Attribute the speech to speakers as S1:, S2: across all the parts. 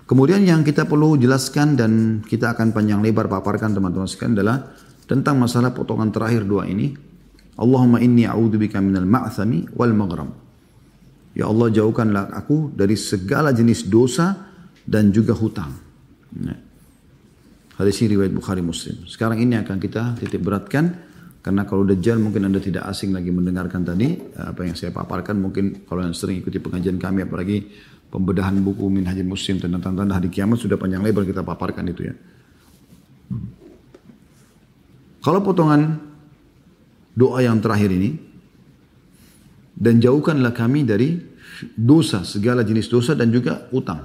S1: Kemudian yang kita perlu jelaskan dan kita akan panjang lebar paparkan teman-teman sekalian adalah tentang masalah potongan terakhir doa ini. Allahumma inni a'udzubika minal ma'thami wal maghram. Ya Allah, jauhkanlah aku dari segala jenis dosa dan juga hutang. Hadis ini riwayat Bukhari Muslim. Sekarang ini akan kita titik beratkan. Karena kalau Dajjal mungkin Anda tidak asing lagi mendengarkan tadi. Apa yang saya paparkan mungkin kalau yang sering ikuti pengajian kami. Apalagi pembedahan buku Minhajul Muslim tentang tanda-tanda hari kiamat. Sudah panjang lebar kita paparkan itu ya. Kalau potongan doa yang terakhir ini. Dan jauhkanlah kami dari dosa. Segala jenis dosa dan juga utang.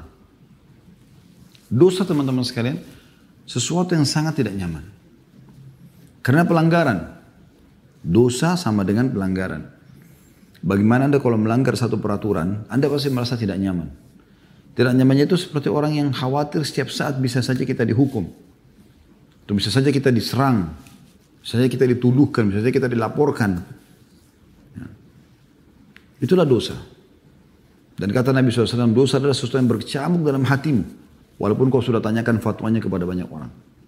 S1: Dosa teman-teman sekalian. Sesuatu yang sangat tidak nyaman. Karena pelanggaran. Dosa sama dengan pelanggaran. Bagaimana Anda kalau melanggar satu peraturan, Anda pasti merasa tidak nyaman. Tidak nyamannya itu seperti orang yang khawatir setiap saat bisa saja kita dihukum. Atau bisa saja kita diserang. Bisa saja kita dituduhkan, bisa saja kita dilaporkan. Ya. Itulah dosa. Dan kata Nabi SAW, dosa adalah sesuatu yang berkecamuk dalam hatimu. Walaupun kau sudah tanyakan fatwanya kepada banyak orang.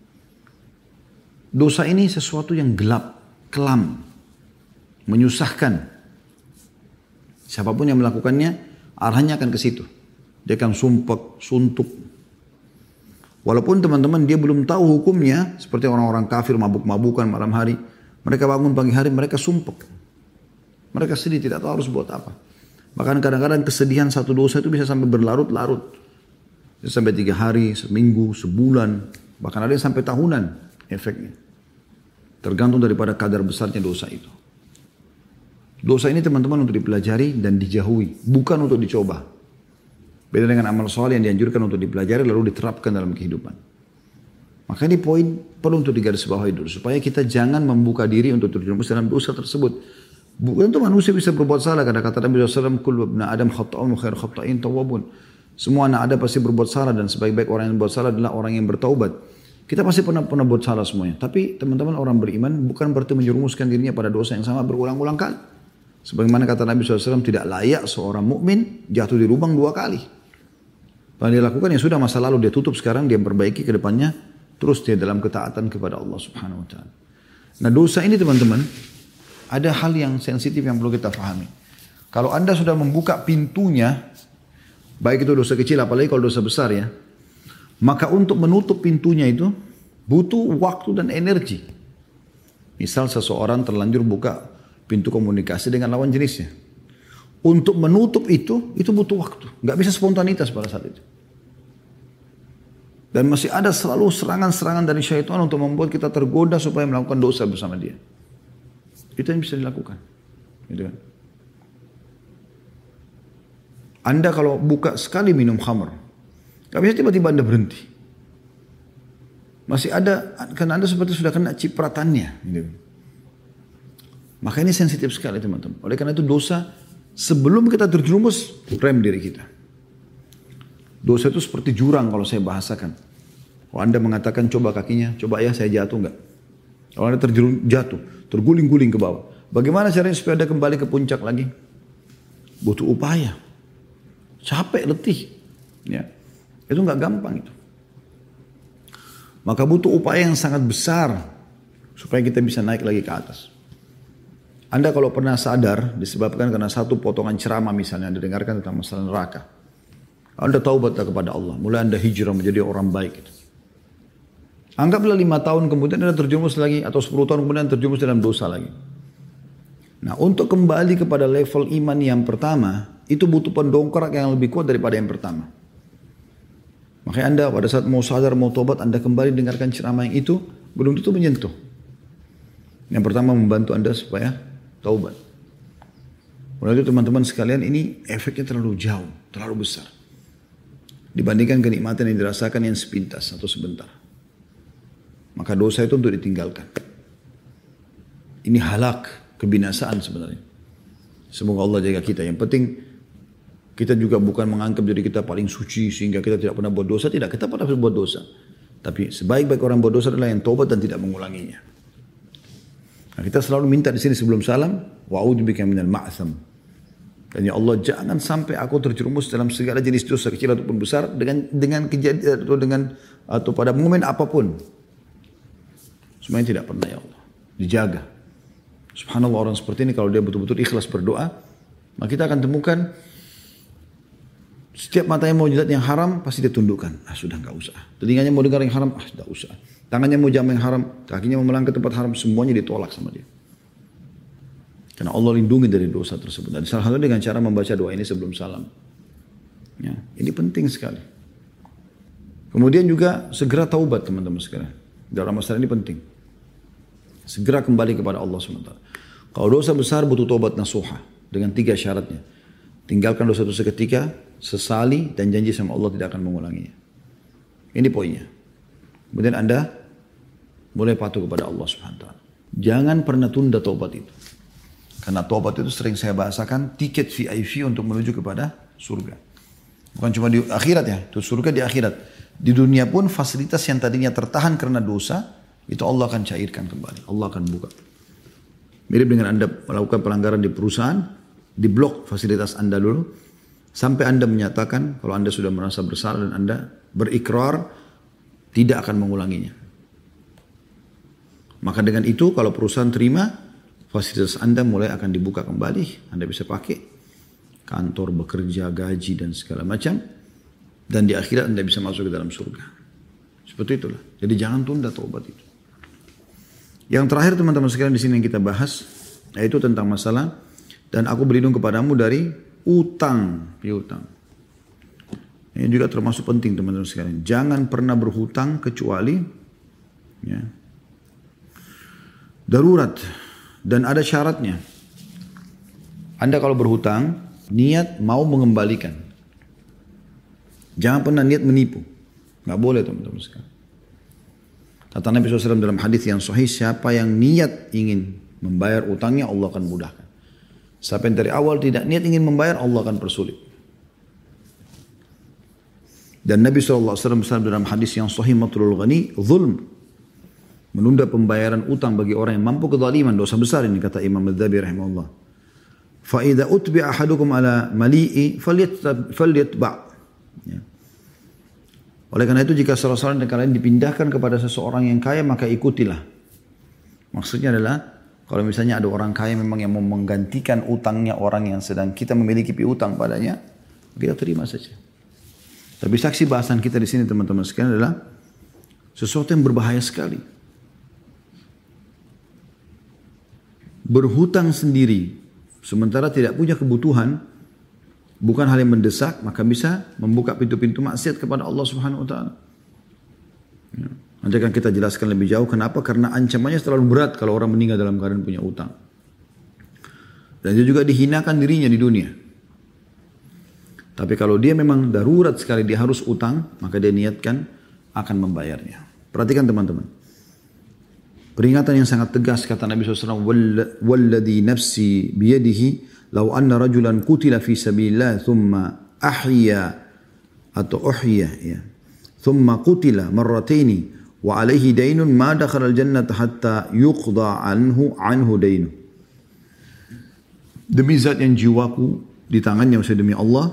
S1: Dosa ini sesuatu yang gelap, kelam, menyusahkan. Siapapun yang melakukannya, arahnya akan ke situ. Dia akan sumpek, suntuk. Walaupun teman-teman dia belum tahu hukumnya, seperti orang-orang kafir mabuk-mabukan malam hari. Mereka bangun pagi hari, mereka sumpek. Mereka sedih, tidak tahu harus buat apa. Bahkan kadang-kadang kesedihan satu dosa itu bisa sampai berlarut-larut. Bisa sampai 3 hari, seminggu, sebulan. Bahkan ada yang sampai tahunan efeknya. Tergantung daripada kadar besarnya dosa itu. Dosa ini teman-teman untuk dipelajari dan dijauhi. Bukan untuk dicoba. Beda dengan amal soleh yang dianjurkan untuk dipelajari lalu diterapkan dalam kehidupan. Maka ini poin perlu untuk digarisbawahi dulu. Supaya kita jangan membuka diri untuk terjerumus dalam dosa tersebut. Bukan untuk manusia bisa berbuat salah. Karena kata Nabi SAW, Kullu ibn Adam khata'un wa khair khata'in tawwabun. Semua anak Adam pasti berbuat salah dan sebaik-baik orang yang berbuat salah adalah orang yang bertaubat. Kita pasti pernah buat salah semuanya. Tapi teman-teman orang beriman bukan berarti menjerumuskan dirinya pada dosa yang sama berulang-ulang kali. Sebagaimana kata Nabi SAW, tidak layak seorang mukmin jatuh di lubang 2 kali. Kalau dia lakukan yang sudah masa lalu dia tutup, sekarang dia perbaiki ke depannya. Terus dia dalam ketaatan kepada Allah Subhanahu Wa Taala. Nah dosa ini teman-teman, ada hal yang sensitif yang perlu kita pahami. Kalau Anda sudah membuka pintunya, baik itu dosa kecil apalagi kalau dosa besar ya. Maka untuk menutup pintunya itu butuh waktu dan energi. Misal seseorang terlanjur buka pintu komunikasi dengan lawan jenisnya. Untuk menutup itu butuh waktu. Nggak bisa spontanitas pada saat itu. Dan masih ada selalu serangan-serangan dari syaitan untuk membuat kita tergoda supaya melakukan dosa bersama dia. Itu yang bisa dilakukan. Gitu kan? Anda kalau buka sekali minum khamr, gak bisa tiba-tiba Anda berhenti. Masih ada, karena Anda seperti sudah kena cipratannya. Gitu. Maka ini sensitif sekali teman-teman. Oleh karena itu dosa, sebelum kita terjerumus, rem diri kita. Dosa itu seperti jurang kalau saya bahasakan. Kalau Anda mengatakan coba kakinya, coba ya saya jatuh enggak. Kalau Anda jatuh, terguling-guling ke bawah. Bagaimana caranya supaya Anda kembali ke puncak lagi? Butuh upaya. Capek, letih. Ya. Itu enggak gampang itu. Maka butuh upaya yang sangat besar supaya kita bisa naik lagi ke atas. Anda kalau pernah sadar disebabkan karena satu potongan ceramah misalnya Anda dengarkan tentang masalah neraka. Anda taubatlah kepada Allah. Mulai Anda hijrah menjadi orang baik. Anggaplah 5 tahun kemudian Anda terjerumus lagi atau 10 tahun kemudian terjerumus dalam dosa lagi. Nah untuk kembali kepada level iman yang pertama itu butuh pendongkrak yang lebih kuat daripada yang pertama. Makanya Anda pada saat mau sadar, mau tobat, Anda kembali dengarkan ceramah yang itu, belum tentu menyentuh. Yang pertama membantu Anda supaya taubat. Oleh itu teman-teman sekalian, ini efeknya terlalu jauh, terlalu besar. Dibandingkan kenikmatan yang dirasakan yang sepintas atau sebentar. Maka dosa itu untuk ditinggalkan. Ini halak, kebinasaan sebenarnya. Semoga Allah jaga kita. Yang penting kita juga bukan menganggap diri kita paling suci sehingga kita tidak pernah buat dosa. Tidak, kita pernah berbuat dosa. Tapi sebaik-baik orang buat dosa adalah yang taubat dan tidak mengulanginya. Nah, kita selalu minta di sini sebelum salam, wa'udzubika minal ma'tham. Dan ya Allah, jangan sampai aku terjerumus dalam segala jenis dosa kecil ataupun besar dengan kejadian atau pada momen apapun. Semuanya tidak pernah ya Allah. Dijaga. Subhanallah, orang seperti ini kalau dia betul-betul ikhlas berdoa, maka kita akan temukan setiap matanya mau lihat yang haram pasti dia tundukkan. Sudah enggak usah. Telinganya mau dengar yang haram, sudah usah. Tangannya mau jamah yang haram, kakinya mau melangkah ke tempat haram, semuanya ditolak sama dia. Karena Allah lindungi dari dosa tersebut. Dan salah satu dengan cara membaca doa ini sebelum salam. Ya, ini penting sekali. Kemudian juga segera taubat teman-teman sekalian. Dalam masalah ini penting. Segera kembali kepada Allah SWT. Kalau dosa besar butuh taubat nasuha. Dengan 3 syaratnya. Tinggalkan dosa itu seketika, sesali, dan janji sama Allah tidak akan mengulanginya. Ini poinnya. Kemudian Anda boleh patuh kepada Allah SWT. Jangan pernah tunda taubat itu. Karena taubat itu sering saya bahasakan tiket VIP untuk menuju kepada surga. Bukan cuma di akhirat ya, itu surga di akhirat. Di dunia pun fasilitas yang tadinya tertahan karena dosa, itu Allah akan cairkan kembali. Allah akan buka. Mirip dengan Anda melakukan pelanggaran di perusahaan, diblok fasilitas Anda dulu, sampai Anda menyatakan kalau Anda sudah merasa bersalah dan Anda berikrar, tidak akan mengulanginya. Maka dengan itu kalau perusahaan terima, fasilitas Anda mulai akan dibuka kembali. Anda bisa pakai kantor, bekerja, gaji dan segala macam. Dan di akhirat Anda bisa masuk ke dalam surga. Seperti itulah. Jadi jangan tunda taubat itu. Yang terakhir teman-teman sekalian di sini yang kita bahas, yaitu tentang masalah dan aku berlindung kepadamu dari utang, piutang. Ini juga termasuk penting teman-teman sekalian. Jangan pernah berhutang kecuali ya, darurat. Dan ada syaratnya. Anda kalau berhutang, niat mau mengembalikan. Jangan pernah niat menipu. Nggak boleh teman-teman sekalian. Kata Nabi SAW dalam hadis yang sahih, siapa yang niat ingin membayar utangnya, Allah akan mudahkan. Siapa yang dari awal tidak niat ingin membayar, Allah akan persulit. Dan Nabi SAW bersabda dalam hadis yang sahih, matlul ghani, zulm. Menunda pembayaran utang bagi orang yang mampu kezaliman, dosa besar ini kata Imam Adz-Dzahabi rahimahullah. Fa idza utbi'a ahadukum ala mali'i falyatba'. Ya. Oleh karena itu jika salah seorang dari kalian dipindahkan kepada seseorang yang kaya maka ikutilah. Maksudnya adalah kalau misalnya ada orang kaya memang yang mau menggantikan utangnya orang yang sedang kita memiliki piutang padanya, kita terima saja. Tapi saksi bahasan kita di sini teman-teman sekalian adalah sesuatu yang berbahaya sekali. Berhutang sendiri sementara tidak punya kebutuhan bukan hal yang mendesak, maka bisa membuka pintu-pintu maksiat kepada Allah Subhanahu wa taala. Ya. Nanti akan kita jelaskan lebih jauh kenapa, karena ancamannya terlalu berat kalau orang meninggal dalam keadaan punya utang. Dan dia juga dihinakan dirinya di dunia. Tapi kalau dia memang darurat sekali dia harus utang, maka dia niatkan akan membayarnya. Perhatikan teman-teman. Peringatan yang sangat tegas kata Nabi SAW, "Walladhi nafsi biyadihi, law anna rajulan qutila fi sabilillah thumma ahya atau uhya ya, thumma qutila marrataini wa alaihi dainun ma dakhala al-jannata hatta yuqda anhu dainu." Demi zat yang jiwaku di tangannya, maksudnya demi Allah,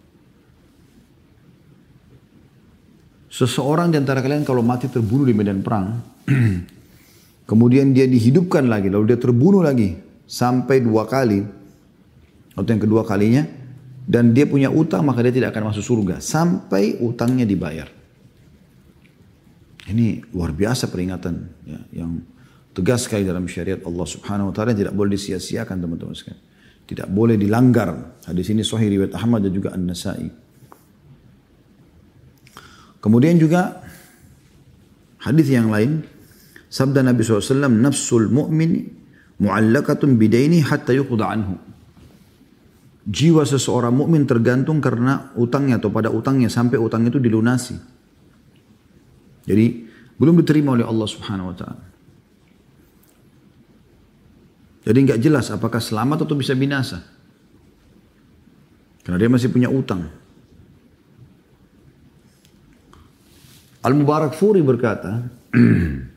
S1: seseorang di antara kalian kalau mati terbunuh di medan perang, kemudian dia dihidupkan lagi, lalu dia terbunuh lagi sampai 2 kali, atau yang kedua kalinya, dan dia punya utang, maka dia tidak akan masuk surga sampai utangnya dibayar. Ini luar biasa peringatan ya, yang tegas sekali dalam syariat Allah Subhanahu wa taala, tidak boleh disia-siakan teman-teman sekalian. Tidak boleh dilanggar. Hadis ini sahih riwayat Ahmad dan juga An-Nasa'i. Kemudian juga hadis yang lain, sabda Nabi SAW, nafsul mu'min mu'allakatun bidaini hatta yuqda anhu. Jiwa seseorang mukmin tergantung karena utangnya atau pada utangnya sampai utang itu dilunasi. Jadi belum diterima oleh Allah Subhanahu wa taala. Jadi enggak jelas apakah selamat atau bisa binasa. Karena dia masih punya utang. Al-Mubarakfuri berkata,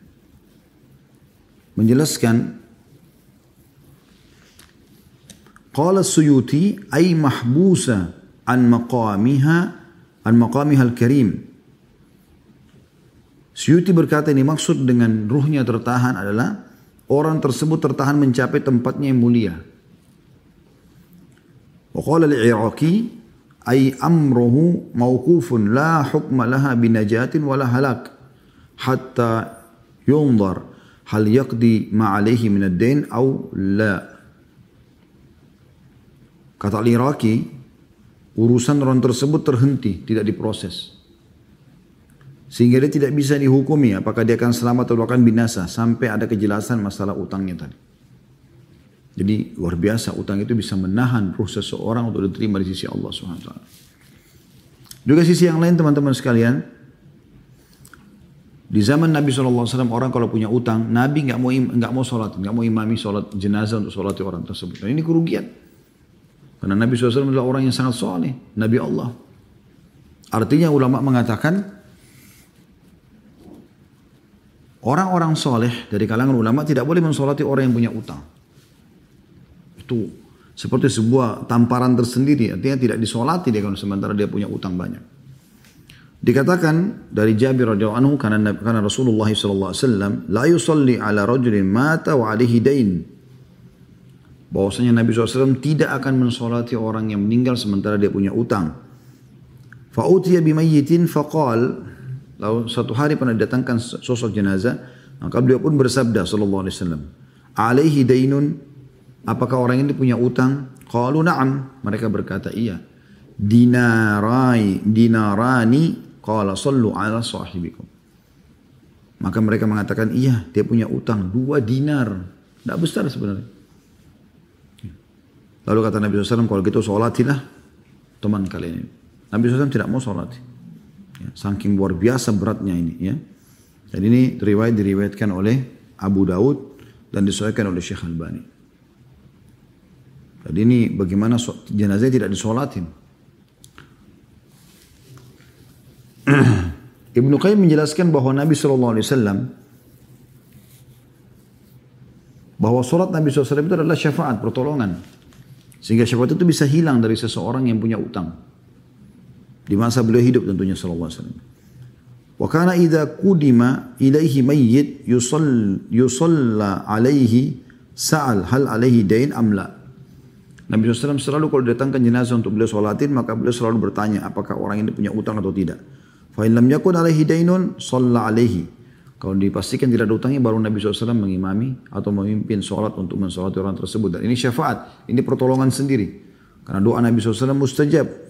S1: menjelaskan, Qala Suyuti ay mahbusa an maqamiha al-karim. Suyuti berkata ini maksud dengan ruhnya tertahan adalah orang tersebut tertahan mencapai tempatnya yang mulia. Wa qala al-Iraqi ay amruhu mawqufun la hukma laha binajatin wala halak hatta yunzar hal yaqdi ma alayhi min ad-dain aw la. Kata al-Iraqi, urusan orang tersebut terhenti, tidak diproses. Sehingga dia tidak bisa dihukumi apakah dia akan selamat atau akan binasa sampai ada kejelasan masalah utangnya tadi. Jadi luar biasa, utang itu bisa menahan ruh seseorang untuk diterima di sisi Allah SWT. Juga sisi yang lain teman-teman sekalian, di zaman Nabi SAW orang kalau punya utang, Nabi nggak mau sholat, nggak mau imami sholat jenazah untuk sholati orang tersebut. Dan ini kerugian. Karena Nabi SAW adalah orang yang sangat soleh, Nabi Allah. Artinya ulama mengatakan, orang-orang soleh dari kalangan ulama tidak boleh mensolati orang yang punya utang. Itu seperti sebuah tamparan tersendiri. Artinya tidak disolati dia kalau sementara dia punya utang banyak. Dikatakan dari Jabir radhiyallahu anhu karena Rasulullah SAW la yusalli ala rajulin mata wa alihi dain. Bahwasanya Nabi SAW tidak akan mensolati orang yang meninggal sementara dia punya utang. Fa'utiya bimayyitin faqal. Lalu satu hari pernah didatangkan sosok jenazah, maka beliau pun bersabda sallallahu alaihi wasallam, "Alaihi dainun?" Apakah orang ini punya utang? Qalu na'am. Mereka berkata iya. Dinarani qala sallu ala sahibikum. Maka mereka mengatakan iya, dia punya utang 2 dinar. Tidak besar sebenarnya. Lalu kata Nabi SAW, kalau gitu sholatilah teman kalian ini. Nabi SAW tidak mau sholati. Ya, saking luar biasa beratnya ini. Ya. Dan ini diriwayatkan oleh Abu Daud dan disesuaikan oleh Syekh Albani. Jadi ini bagaimana jenazah tidak disolatin. Ibnu Qayyim menjelaskan bahwa Nabi SAW bahwa sholat Nabi SAW itu adalah syafaat, pertolongan. Sehingga syafaat itu bisa hilang dari seseorang yang punya utang. Di masa beliau hidup tentunya sallallahu alaihi wasallam. Wa kana idza qudima ilaihi mayyit yusalla alaihi sa'al hal alaihi dain am la. Nabi SAW selalu kalau datangkan jenazah untuk beliau sholatin, maka beliau selalu bertanya apakah orang ini punya utang atau tidak. Fa in lam yakun alaihi dainun shalla alaihi. Kalau dipastikan tidak ada utangnya, baru Nabi SAW mengimami atau memimpin sholat untuk mensolati orang tersebut. Dan ini syafaat, ini pertolongan sendiri. Karena doa Nabi SAW mustajab.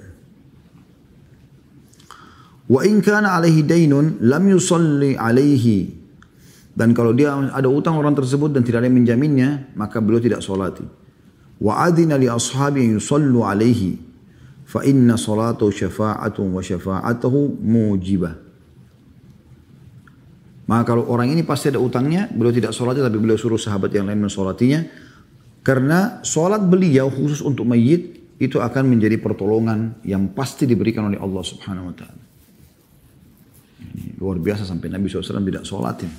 S1: Wa in kana alaihi dainun lam yusalli alaihi. Dan kalau dia ada utang orang tersebut dan tidak ada yang menjaminnya, maka beliau tidak solati. Wa adina li ashabi yusallu alaihi. Fa inna salatu syafa'atun wa syafa'atuhu mujibah. Maka kalau orang ini pasti ada utangnya, beliau tidak solati tapi beliau suruh sahabat yang lain mensolatinya. Karena solat beliau khusus untuk mayit itu akan menjadi pertolongan yang pasti diberikan oleh Allah Subhanahu wa ta'ala. Ini luar biasa sampai Nabi SAW tidak sholatin.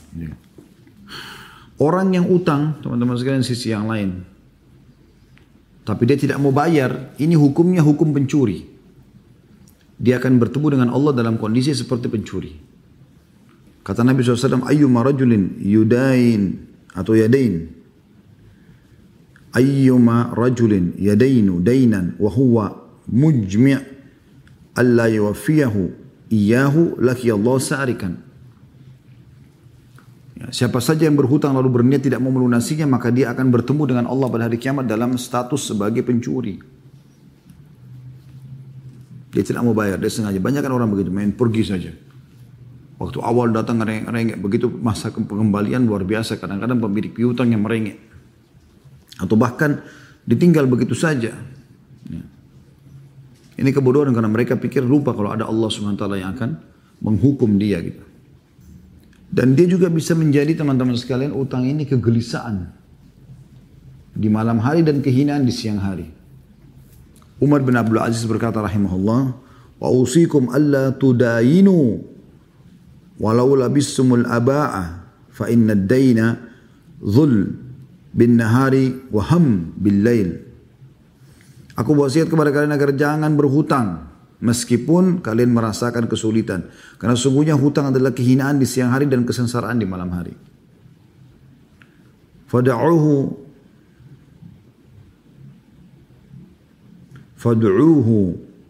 S1: Orang yang utang, teman-teman sekalian sisi yang lain. Tapi dia tidak mau bayar, ini hukumnya hukum pencuri. Dia akan bertemu dengan Allah dalam kondisi seperti pencuri. Kata Nabi SAW, ayyuma rajulin yudain atau yadain. Ayyuma rajulin yadainu dainan wa huwa mujmi' alla yuwaffiyahu iyahu laki Allah sa'arikan. Ya, siapa saja yang berhutang lalu berniat tidak mau melunasinya, maka dia akan bertemu dengan Allah pada hari kiamat dalam status sebagai pencuri. Dia tidak mau bayar, dia sengaja. Banyak kan orang begitu, main pergi saja. Waktu awal datang merengek, begitu masa pengembalian luar biasa. Kadang-kadang pemilik piutang yang merengek. Atau bahkan ditinggal begitu saja. Ya. Ini kebodohan karena mereka pikir lupa kalau ada Allah SWT yang akan menghukum dia gitu. Dan dia juga bisa menjadi teman-teman sekalian utang ini kegelisahan. Di malam hari dan kehinaan di siang hari. Umar bin Abdul Aziz berkata rahimahullah, wa usikum alla tudayinu walau labissumul aba'ah fa inna ad-dayna dhul bin nahari wa ham bil lail. Aku wasiat kepada kalian agar jangan berhutang meskipun kalian merasakan kesulitan. Karena sesungguhnya hutang adalah kehinaan di siang hari dan kesengsaraan di malam hari. Fad'uhu.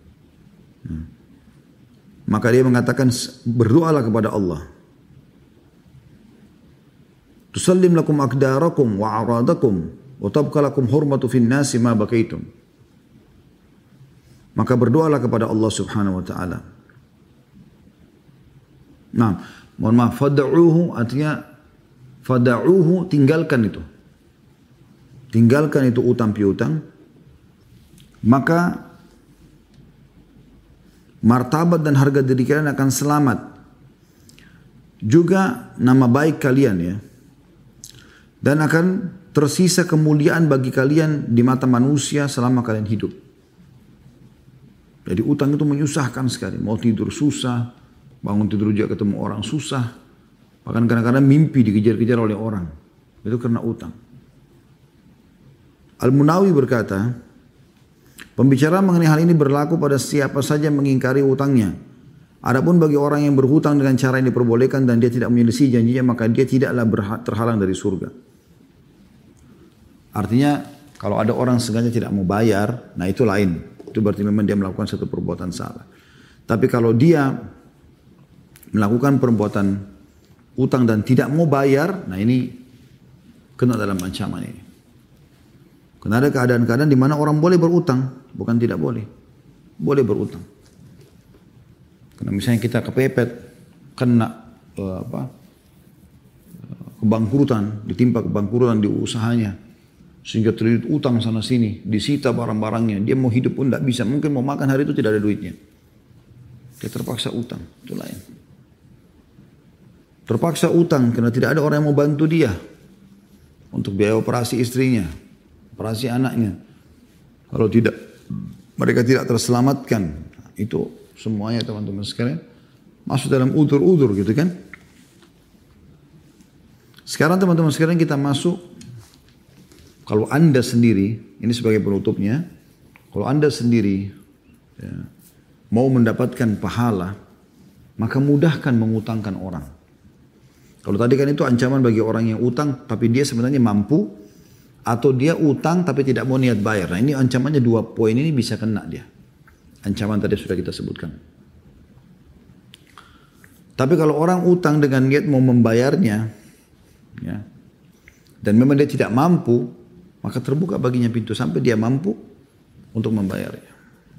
S1: Maka dia mengatakan berdoalah kepada Allah. Tusallim lakum akdarakum wa aradakum wa tabqa lakum hurmatu fin nasi ma bakaitum. Maka berdoalah kepada Allah Subhanahu wa taala. Nah, mohon maaf, fad'uhu artinya fad'uhu, tinggalkan itu. Tinggalkan itu utang piutang. Maka martabat dan harga diri kalian akan selamat. Juga nama baik kalian ya. Dan akan tersisa kemuliaan bagi kalian di mata manusia selama kalian hidup. Jadi utang itu menyusahkan sekali. Mau tidur susah, bangun tidur juga ketemu orang susah. Bahkan kadang-kadang mimpi dikejar-kejar oleh orang. Itu karena utang. Al-Munawi berkata, pembicaraan mengenai hal ini berlaku pada siapa saja yang mengingkari utangnya. Adapun bagi orang yang berhutang dengan cara yang diperbolehkan dan dia tidak menyelesaikan janjinya, maka dia tidaklah terhalang dari surga. Artinya kalau ada orang sengaja tidak mau bayar, nah itu lain. Itu berarti memang dia melakukan satu perbuatan salah. Tapi kalau dia melakukan perbuatan utang dan tidak mau bayar, nah ini kena dalam ancaman ini. Karena ada keadaan-keadaan di mana orang boleh berutang, bukan tidak boleh. Boleh berutang. Karena misalnya kita kepepet, kena kebangkrutan, ditimpa kebangkrutan di usahanya, sehingga terlilit utang sana sini, disita barang-barangnya, dia mau hidup pun tidak bisa, mungkin mau makan hari itu tidak ada duitnya. Dia terpaksa utang, itu lain. Terpaksa utang karena tidak ada orang yang mau bantu dia untuk biaya operasi istrinya, operasi anaknya. Kalau tidak, mereka tidak terselamatkan. Itu semuanya teman-teman sekalian masuk dalam udur-udur gitu kan. Sekarang teman-teman sekalian kita masuk. Kalau Anda sendiri, ini sebagai penutupnya, kalau Anda sendiri ya, mau mendapatkan pahala, maka mudahkan mengutangkan orang. Kalau tadi kan itu ancaman bagi orang yang utang, tapi dia sebenarnya mampu, atau dia utang tapi tidak mau niat bayar. Nah ini ancamannya dua poin ini bisa kena dia. Ancaman tadi sudah kita sebutkan. Tapi kalau orang utang dengan niat mau membayarnya, ya, dan memang dia tidak mampu, maka terbuka baginya pintu sampai dia mampu untuk membayarnya.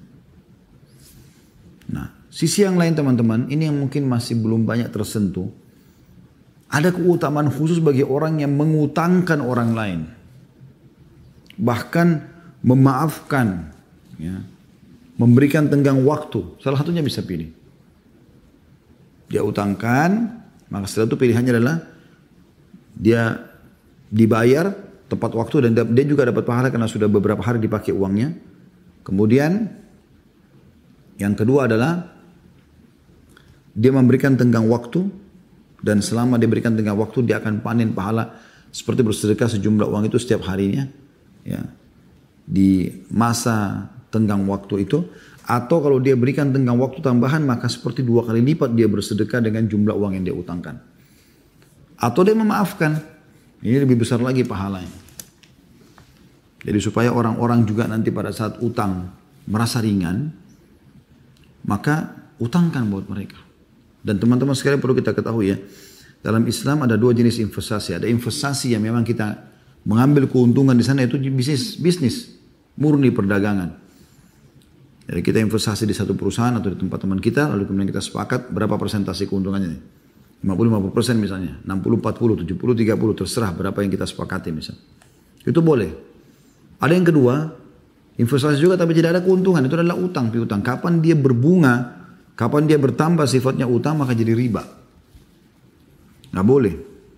S1: Nah, sisi yang lain teman-teman, ini yang mungkin masih belum banyak tersentuh. Ada keutamaan khusus bagi orang yang mengutangkan orang lain. Bahkan memaafkan, ya, memberikan tenggang waktu. Salah satunya bisa pilih. Dia utangkan, maka setelah itu pilihannya adalah dia dibayar tepat waktu dan dia juga dapat pahala karena sudah beberapa hari dipakai uangnya. Kemudian yang kedua adalah dia memberikan tenggang waktu dan selama dia berikan tenggang waktu dia akan panen pahala seperti bersedekah sejumlah uang itu setiap harinya, ya, di masa tenggang waktu itu. Atau kalau dia berikan tenggang waktu tambahan maka seperti 2 kali lipat dia bersedekah dengan jumlah uang yang dia utangkan. Atau dia memaafkan. Ini lebih besar lagi pahalanya. Jadi supaya orang-orang juga nanti pada saat utang merasa ringan, maka utangkan buat mereka. Dan teman-teman sekalian perlu kita ketahui ya, dalam Islam ada 2 jenis investasi. Ada investasi yang memang kita mengambil keuntungan di sana, itu bisnis murni perdagangan. Jadi kita investasi di satu perusahaan atau di tempat teman kita, lalu kemudian kita sepakat berapa persentase keuntungannya. 50-50% misalnya, 60-40, 70-30, terserah berapa yang kita sepakati misalnya. Itu boleh. Ada yang kedua, investasi juga tapi tidak ada keuntungan, itu adalah utang piutang. Kapan dia berbunga, kapan dia bertambah sifatnya utang, maka jadi riba. Nggak boleh.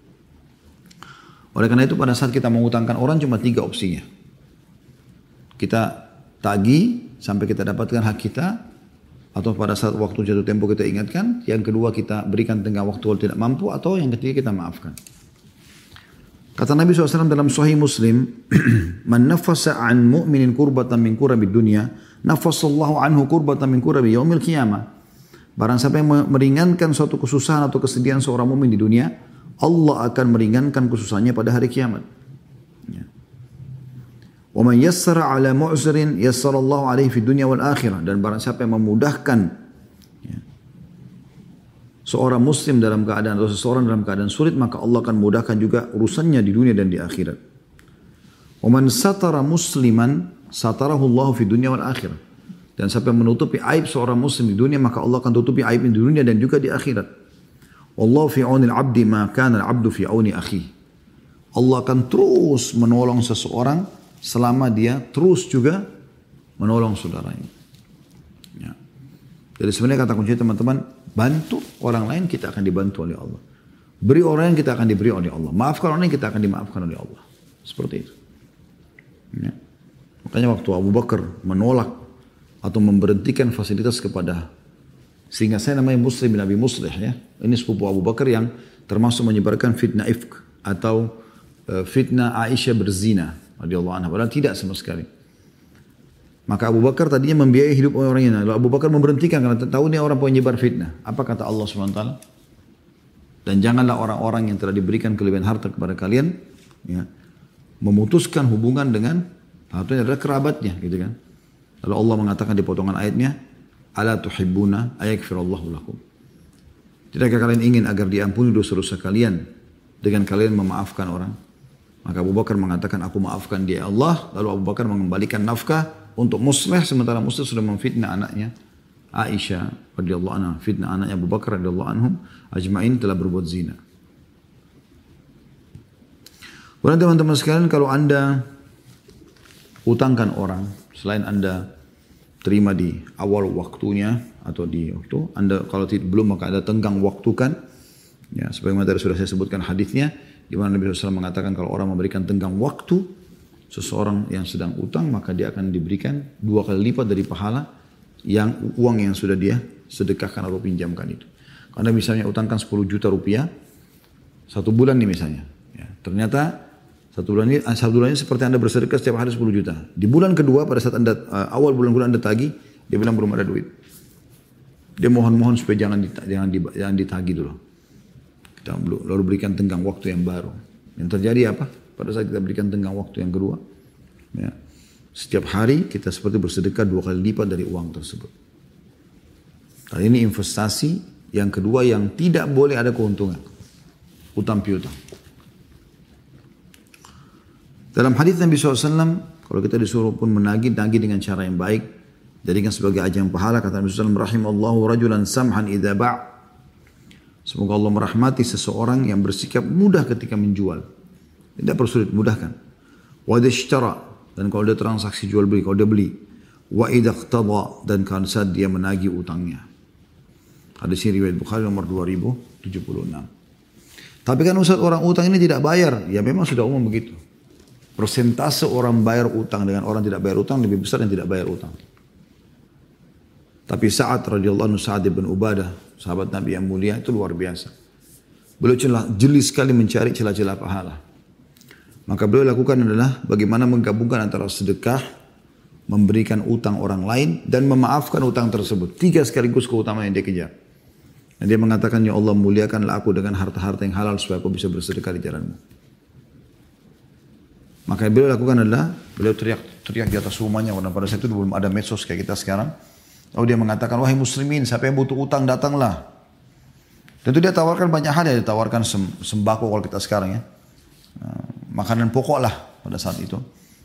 S1: Oleh karena itu pada saat kita mengutangkan orang cuma 3 opsinya. Kita tagih sampai kita dapatkan hak kita, atau pada saat waktu jatuh tempo kita ingatkan. Yang kedua kita berikan tenggang waktu kalau tidak mampu, atau yang ketiga kita maafkan. Kata Nabi SAW dalam Sahih Muslim, "Man nafasa an mu'minin kurbatan min kurabi dunya, nafasallahu anhu kurbatan min kurabi yaumil qiyamah." Barang siapa yang meringankan suatu kesusahan atau kesedihan seorang mukmin di dunia, Allah akan meringankan kesusahannya pada hari kiamat. Ya. "Wa man yassara 'ala mu'sirin yassarallahu 'alaihi fid dunya wal akhirah." Dan barang siapa yang memudahkan seorang muslim dalam keadaan atau seseorang dalam keadaan sulit, maka Allah akan mudahkan juga urusannya di dunia dan di akhirat. "Wa man satara musliman satarahu Allah fi dunya wal akhirah." Dan siapa yang menutupi aib seorang muslim di dunia, maka Allah akan tutupi aib di dunia dan juga di akhirat. "Wallahu fi aunil 'abdi ma kana al-'abdu fi auni akhihi." Allah akan terus menolong seseorang selama dia terus juga menolong saudaranya. Ya. Jadi sebenarnya kata kunci teman-teman, bantu orang lain, kita akan dibantu oleh Allah. Beri orang lain, kita akan diberi oleh Allah. Maafkan orang lain, kita akan dimaafkan oleh Allah. Seperti itu. Ya. Makanya waktu Abu Bakar menolak atau memberhentikan fasilitas kepada, sehingga saya namanya Muslim bin Abi Muslih ya. Ini sepupu Abu Bakar yang termasuk menyebarkan fitnah ifk atau fitnah Aisyah berzina radhiyallahu anha. Padahal tidak sama sekali. Maka Abu Bakar tadinya membiayai hidup orang ini. Lalu Abu Bakar memberhentikan karena tahu ini orang penyebar fitnah. Apa kata Allah SWT? Dan janganlah orang-orang yang telah diberikan kelebihan harta kepada kalian ya, memutuskan hubungan dengan satunya adalah kerabatnya, gitu kan? Lalu Allah mengatakan di potongan ayatnya, "Ala tuhibbuna ayaghfirallahu lakum." Tidakkah kalian ingin agar diampuni dosa-dosa kalian dengan kalian memaafkan orang? Maka Abu Bakar mengatakan, "Aku maafkan dia Allah." Lalu Abu Bakar mengembalikan nafkah untuk Muslih, sementara Muslih sudah memfitnah anaknya Aisyah radhiyallahu anha, fitnah anaknya Abu Bakar radhiyallahu anhum ajma'in telah berbuat zina. Kemudian teman-teman sekalian, kalau Anda utangkan orang, selain Anda terima di awal waktunya atau di waktu, Anda kalau belum maka Anda tenggang waktukan. Ya, sebagaimana tadi sudah saya sebutkan hadisnya, di mana Nabi SAW mengatakan kalau orang memberikan tenggang waktu seseorang yang sedang utang, maka dia akan diberikan 2 kali lipat dari pahala yang uang yang sudah dia sedekahkan atau pinjamkan itu. Karena misalnya utangkan 10 juta rupiah, 1 bulan nih misalnya. Ya, ternyata 1 bulan ini seperti Anda bersedekah setiap hari 10 juta. Di bulan kedua pada saat Anda, awal bulan Anda tagih, dia bilang belum ada duit. Dia mohon-mohon supaya jangan ditagih dulu. Kita lalu berikan tenggang waktu yang baru. Yang terjadi apa? Pada saat kita berikan tenggang waktu yang kedua, ya, setiap hari kita seperti bersedekah 2 kali lipat dari uang tersebut. Kali ini investasi yang kedua yang tidak boleh ada keuntungan. Utang piutang. Dalam hadis Nabi SAW, kalau kita disuruh pun nagih dengan cara yang baik, jadikan sebagai ajang pahala. Kata Nabi SAW, "Rahimallahu rajulan samhan idza ba'." Semoga Allah merahmati seseorang yang bersikap mudah ketika menjual. Tidak perlu sulit, mudahkan. Wa idza ishtara, dan kalau dia transaksi jual beli, kalau dia beli. Wa idza iqtada, dan kalau saat dia menagih utangnya. Hadis ini riwayat Bukhari nomor 2076. Tapi kan Ustaz, orang utang ini tidak bayar. Ya memang sudah umum begitu. Persentase orang bayar utang dengan orang tidak bayar utang lebih besar yang tidak bayar utang. Tapi Sa'ad radhiyallahu anhu, Sa'ad bin Ubadah, sahabat Nabi yang mulia, itu luar biasa. Beliau jeli sekali mencari celah-celah pahala. Maka beliau lakukan adalah bagaimana menggabungkan antara sedekah, memberikan utang orang lain, dan memaafkan utang tersebut. 3 sekaligus keutamaan yang dia kejar. Dan dia mengatakan, "Ya Allah, muliakanlah aku dengan harta-harta yang halal supaya aku bisa bersedekah di jalan-Mu." Maka yang beliau lakukan adalah, beliau teriak di atas rumahnya, karena pada saat itu belum ada medsos kayak kita sekarang. Lalu dia mengatakan, "Wahai muslimin, siapa yang butuh utang datanglah." Tentu dia tawarkan banyak hal, ya ditawarkan sembako kalau kita sekarang ya. Makanan pokok lah pada saat itu.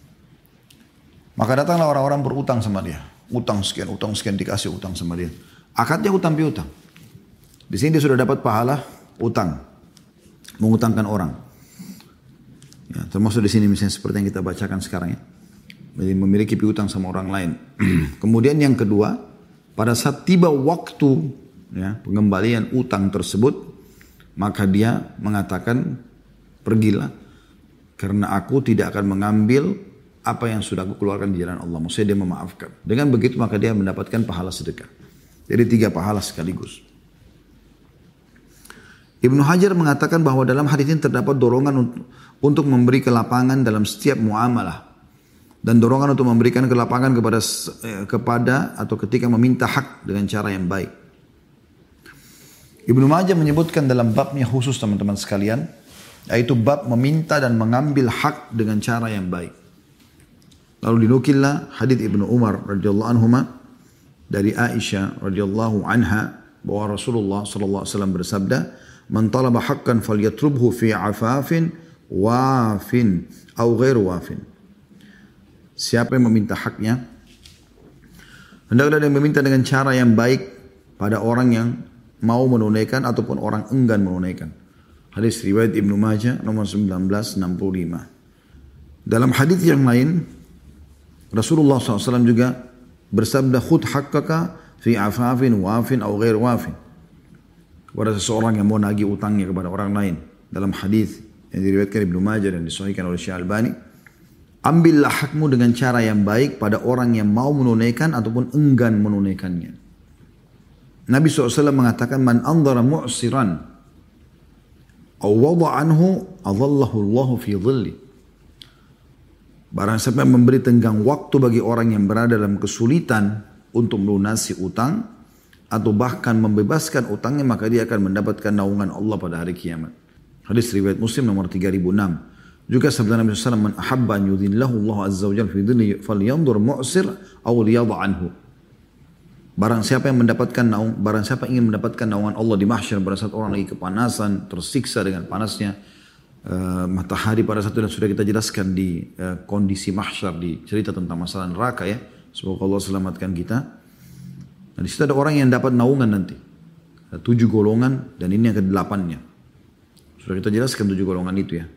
S1: Maka datanglah orang-orang berutang sama dia. Utang sekian dikasih utang sama dia. Akadnya utang piutang. Di sini dia sudah dapat pahala utang. Mengutangkan orang. Ya, termasuk di sini misalnya seperti yang kita bacakan sekarang ya. Jadi memiliki piutang sama orang lain. Kemudian yang kedua, pada saat tiba waktu ya, pengembalian utang tersebut, maka dia mengatakan, "Pergilah, karena aku tidak akan mengambil apa yang sudah aku keluarkan di jalan Allah." Maksudnya dia memaafkan. Dengan begitu maka dia mendapatkan pahala sedekah. Jadi 3 pahala sekaligus. Ibnu Hajar mengatakan bahwa dalam hadis ini terdapat dorongan untuk memberi kelapangan dalam setiap muamalah. Dan dorongan untuk memberikan kelapangan kepada atau ketika meminta hak dengan cara yang baik. Ibnu Majah menyebutkan dalam babnya khusus teman-teman sekalian, yaitu bab meminta dan mengambil hak dengan cara yang baik. Lalu dinukillah hadits Ibnu Umar radhiyallahu anhuma dari Aisyah radhiyallahu anha bahwa Rasulullah sallallahu alaihi wasallam bersabda, "Man talaba haqqan falyatrubhu fi afafin wafin atau ghair wafin." Siapa yang meminta haknya, hendaklah dia meminta dengan cara yang baik pada orang yang mau menunaikan ataupun orang enggan menunaikan. Hadis riwayat Ibnu Majah nomor 1965. Dalam hadis yang lain, Rasulullah SAW juga bersabda, "Khudh haqqaka fi afafin wafin atau ghair wafin." Kepada seseorang yang mau nagih utangnya kepada orang lain. Dalam hadis yang diriwayatkan Ibnu Majah dan disahihkan oleh Syekh Albani, ambillah hakmu dengan cara yang baik pada orang yang mau menunaikan ataupun enggan menunaikannya. Nabi SAW mengatakan, "Man andhara mu'siran aw wada anhu adhallahu Allahu fi dhilli." Barang siapa yang memberi tenggang waktu bagi orang yang berada dalam kesulitan untuk melunasi utang atau bahkan membebaskan utangnya, maka dia akan mendapatkan naungan Allah pada hari kiamat. Hadis riwayat Muslim nomor 3006. Juga sabda Nabi SAW, "Man ahabba an yudhillahu Allah azza wa jalla fi dhilli falyanzur mu'sir aw liyadha anhu." Barang siapa yang ingin mendapatkan naungan Allah di mahsyar pada saat orang lagi kepanasan, tersiksa dengan panasnya matahari pada saat itu, dan sudah kita jelaskan di kondisi mahsyar di cerita tentang masalah neraka ya. Semoga Allah selamatkan kita. Nah, di situ ada orang yang dapat naungan nanti. Ada 7 golongan dan ini yang ke-8-nya. Sudah kita jelaskan 7 golongan itu ya.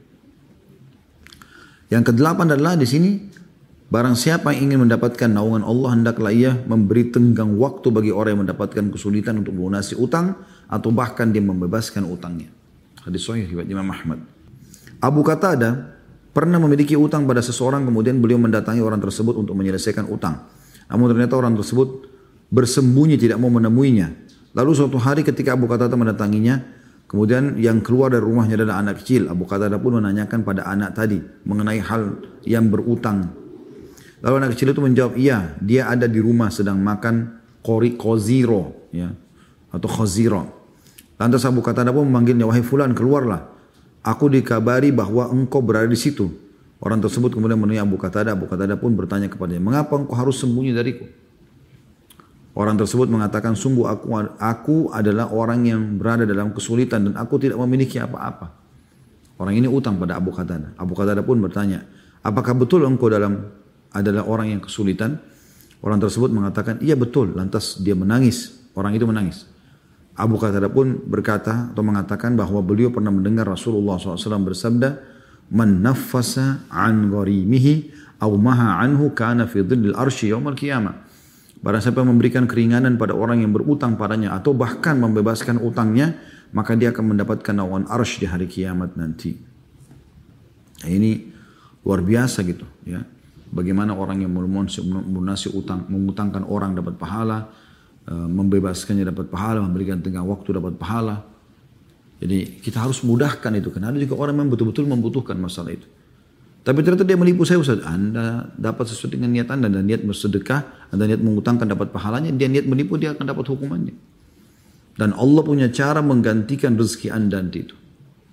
S1: Yang ke-8 adalah di sini, barang siapa yang ingin mendapatkan naungan Allah, hendaklah ia memberi tenggang waktu bagi orang yang mendapatkan kesulitan untuk melunasi utang atau bahkan dia membebaskan utangnya. Hadis sahih riwayat Imam Ahmad. Abu Qatadah pernah memiliki utang pada seseorang, kemudian beliau mendatangi orang tersebut untuk menyelesaikan utang. Namun ternyata orang tersebut bersembunyi, tidak mau menemuinya. Lalu suatu hari ketika Abu Qatadah mendatanginya, kemudian yang keluar dari rumahnya adalah anak kecil. Abu Qatadah pun menanyakan pada anak tadi mengenai hal yang berutang. Lalu anak kecil itu menjawab, "Iya, dia ada di rumah sedang makan khoziro, ya, atau khoziro." Lantas Abu Qatadah pun memanggilnya, "Wahai fulan, keluarlah. Aku dikabari bahwa engkau berada di situ." Orang tersebut kemudian menemui Abu Qatadah. Abu Qatadah pun bertanya kepadanya, "Mengapa engkau harus sembunyi dariku?" Orang tersebut mengatakan, "Sungguh aku adalah orang yang berada dalam kesulitan dan aku tidak memiliki apa-apa." Orang ini utang pada Abu Qatadah. Abu Qatadah pun bertanya, "Apakah betul engkau adalah orang yang kesulitan?" Orang tersebut mengatakan, "Iya betul." Lantas dia menangis. Orang itu menangis. Abu Qatadah pun berkata atau mengatakan bahwa beliau pernah mendengar Rasulullah SAW bersabda, "Man naffasa an gharimihi aw maha anhu kana fi dhillil arsy yaumal qiyamah." Barang siapa memberikan keringanan pada orang yang berutang padanya atau bahkan membebaskan utangnya, maka dia akan mendapatkan naungan arsy di hari kiamat nanti. Nah, ini luar biasa gitu ya. Bagaimana orang yang melunasi utang, mengutangkan orang dapat pahala, membebaskannya dapat pahala, memberikan tenggang waktu dapat pahala. Jadi kita harus mudahkan itu, karena ada juga orang yang betul-betul membutuhkan masalah itu. Tapi ternyata dia menipu saya, Ustaz. Anda dapat sesuai dengan niat Anda, dan niat bersedekah, Anda niat mengutangkan dapat pahalanya, dia niat menipu, dia akan dapat hukumannya. Dan Allah punya cara menggantikan rezeki Anda nanti itu.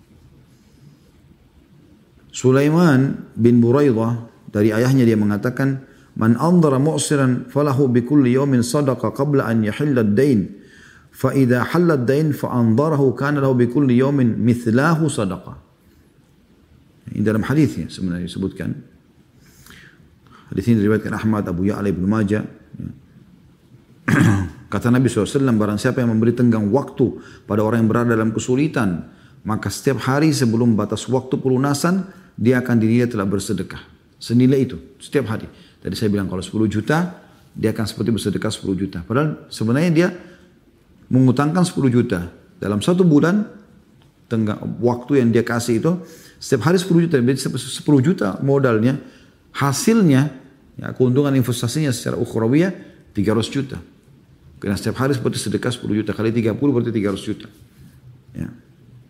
S1: Sulaiman bin Buraidah dari ayahnya dia mengatakan, "Man andhara mu'siran falahu bi kulli yawmin sadaqa qabla an yahilla ad-dain. Fa idza halla ad-dain fa andharahu kana lahu bi kulli yawmin mithlahu sadaqah." Ini dalam hadisnya sebenarnya disebutkan. Hadis ini diriwayatkan Ahmad, Abu Ya'la, Ibnu Majah. Kata Nabi SAW, barang siapa yang memberi tenggang waktu pada orang yang berada dalam kesulitan, maka setiap hari sebelum batas waktu pelunasan, dia akan dinilai telah bersedekah. Senilai itu, setiap hari. Tadi saya bilang kalau 10 juta, dia akan seperti bersedekah 10 juta. Padahal sebenarnya dia mengutangkan 10 juta. Dalam 1 bulan, tenggang waktu yang dia kasih itu, setiap hari 10 juta, jadi 10 juta modalnya, hasilnya, ya, keuntungan investasinya secara ukhrawiyah 300 juta. Karena setiap hari seperti sedekah 10 juta, kali 30 berarti 300 juta. Ya.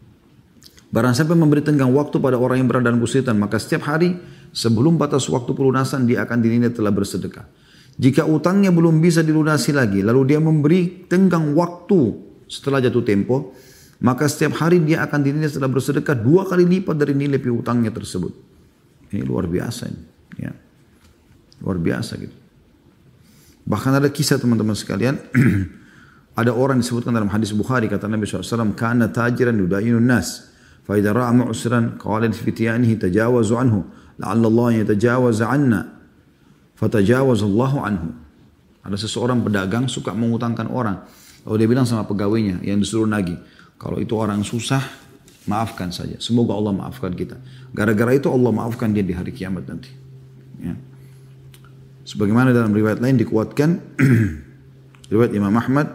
S1: Barang siapa memberi tenggang waktu pada orang yang berada dalam kesulitan, maka setiap hari sebelum batas waktu pelunasan dia akan dinilai telah bersedekah. Jika utangnya belum bisa dilunasi lagi, lalu dia memberi tenggang waktu setelah jatuh tempo, maka setiap hari dia akan dinilai telah bersedekah 2 kali lipat dari nilai piutangnya tersebut. Ini luar biasa ini. Ya. Luar biasa gitu. Bahkan ada kisah teman-teman sekalian, ada orang disebutkan dalam hadis Bukhari, kata Nabi SAW, kana tajiran yudayinun nas. فإذا رأى معسرا قال لفتيانه تجاوزوا عنه لعل الله يتجاوز عنا فتجاوز الله عنه. Ada seseorang pedagang suka mengutangkan orang. Lalu dia bilang sama pegawainya yang disuruh nagih, kalau itu orang susah, maafkan saja. Semoga Allah maafkan kita. Gara-gara itu Allah maafkan dia di hari kiamat nanti. Ya. Sebagaimana dalam riwayat lain dikuatkan, riwayat Imam Ahmad,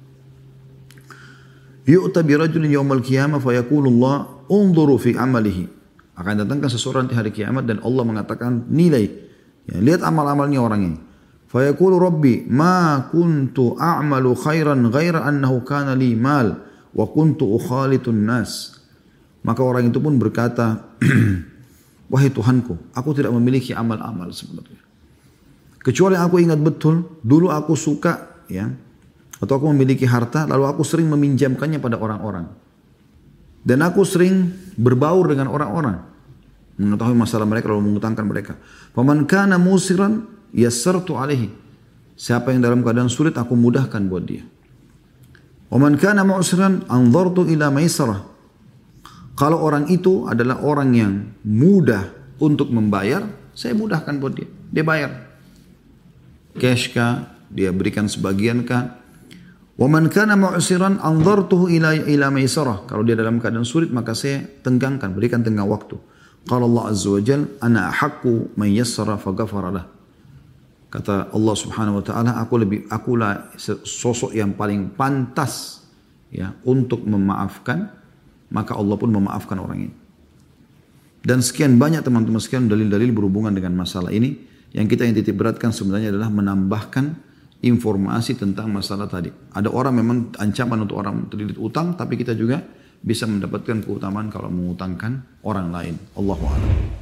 S1: yu'ta bi rajulin yaumal qiyamah fa yaqulu Allah unzuru fi amalihi. Akan datangkan seseorang di hari kiamat dan Allah mengatakan nilai. Ya, lihat amal-amalnya orang ini. Fa yaqulu rabbi ma kuntu a'malu khairan ghaira annahu kana li mal wa kuntu ukhalitun nas. Maka orang itu pun berkata, wahai Tuhanku, aku tidak memiliki amal-amal sebenarnya. Kecuali aku ingat betul, dulu aku suka, ya, atau aku memiliki harta, lalu aku sering meminjamkannya pada orang-orang. Dan aku sering berbaur dengan orang-orang, mengetahui masalah mereka lalu mengutangkan mereka. Faman kana musiran yassartu alaihi. Siapa yang dalam keadaan sulit aku mudahkan buat dia. Waman kana mu'siran anzartu ila maisarah. Kalau orang itu adalah orang yang mudah untuk membayar, saya mudahkan buat dia. Dia bayar. Cash kah? Dia berikan sebagian kah? Waman kana mu'siran anzartuhu ila maisarah. Kalau dia dalam keadaan sulit maka saya tenggangkan, berikan tenggang waktu. Qala Allah azza wa jalla ana ahaqqu man yassara faghafara lah. Kata Allah Subhanahu wa taala, akulah sosok yang paling pantas ya untuk memaafkan, maka Allah pun memaafkan orang ini. Dan sekian banyak teman-teman sekalian dalil-dalil berhubungan dengan masalah ini. Yang kita yang titik beratkan sebenarnya adalah menambahkan informasi tentang masalah tadi. Ada orang memang ancaman untuk orang terlilit utang, tapi kita juga bisa mendapatkan keutamaan kalau mengutangkan orang lain. Allahu a'lam.